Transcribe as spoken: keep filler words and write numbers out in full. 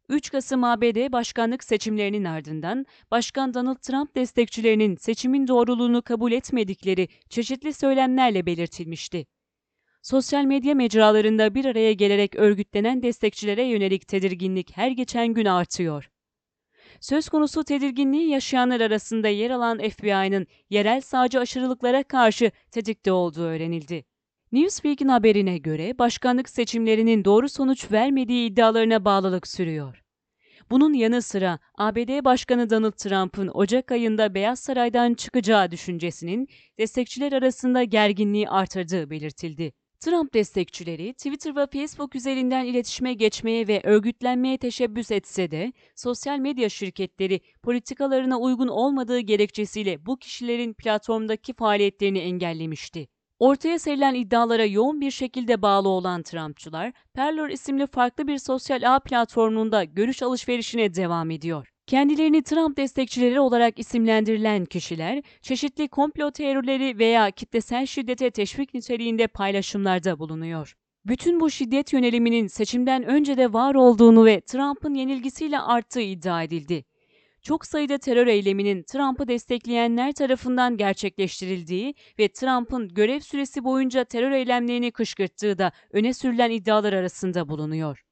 üç Kasım A B D başkanlık seçimlerinin ardından Başkan Donald Trump destekçilerinin seçimin doğruluğunu kabul etmedikleri çeşitli söylemlerle belirtilmişti. Sosyal medya mecralarında bir araya gelerek örgütlenen destekçilere yönelik tedirginlik her geçen gün artıyor. Söz konusu tedirginliği yaşayanlar arasında yer alan F B I'nin yerel sağcı aşırılıklara karşı tetikte olduğu öğrenildi. Newsweek'in haberine göre başkanlık seçimlerinin doğru sonuç vermediği iddialarına bağlılık sürüyor. Bunun yanı sıra A B D Başkanı Donald Trump'ın Ocak ayında Beyaz Saray'dan çıkacağı düşüncesinin destekçiler arasında gerginliği artırdığı belirtildi. Trump destekçileri Twitter ve Facebook üzerinden iletişime geçmeye ve örgütlenmeye teşebbüs etse de sosyal medya şirketleri politikalarına uygun olmadığı gerekçesiyle bu kişilerin platformdaki faaliyetlerini engellemişti. Ortaya serilen iddialara yoğun bir şekilde bağlı olan Trumpçılar, Parler isimli farklı bir sosyal ağ platformunda görüş alışverişine devam ediyor. Kendilerini Trump destekçileri olarak isimlendirilen kişiler, çeşitli komplo teorileri veya kitlesel şiddete teşvik niteliğinde paylaşımlarda bulunuyor. Bütün bu şiddet yöneliminin seçimden önce de var olduğunu ve Trump'ın yenilgisiyle arttığı iddia edildi. Çok sayıda terör eyleminin Trump'ı destekleyenler tarafından gerçekleştirildiği ve Trump'ın görev süresi boyunca terör eylemlerini kışkırttığı da öne sürülen iddialar arasında bulunuyor.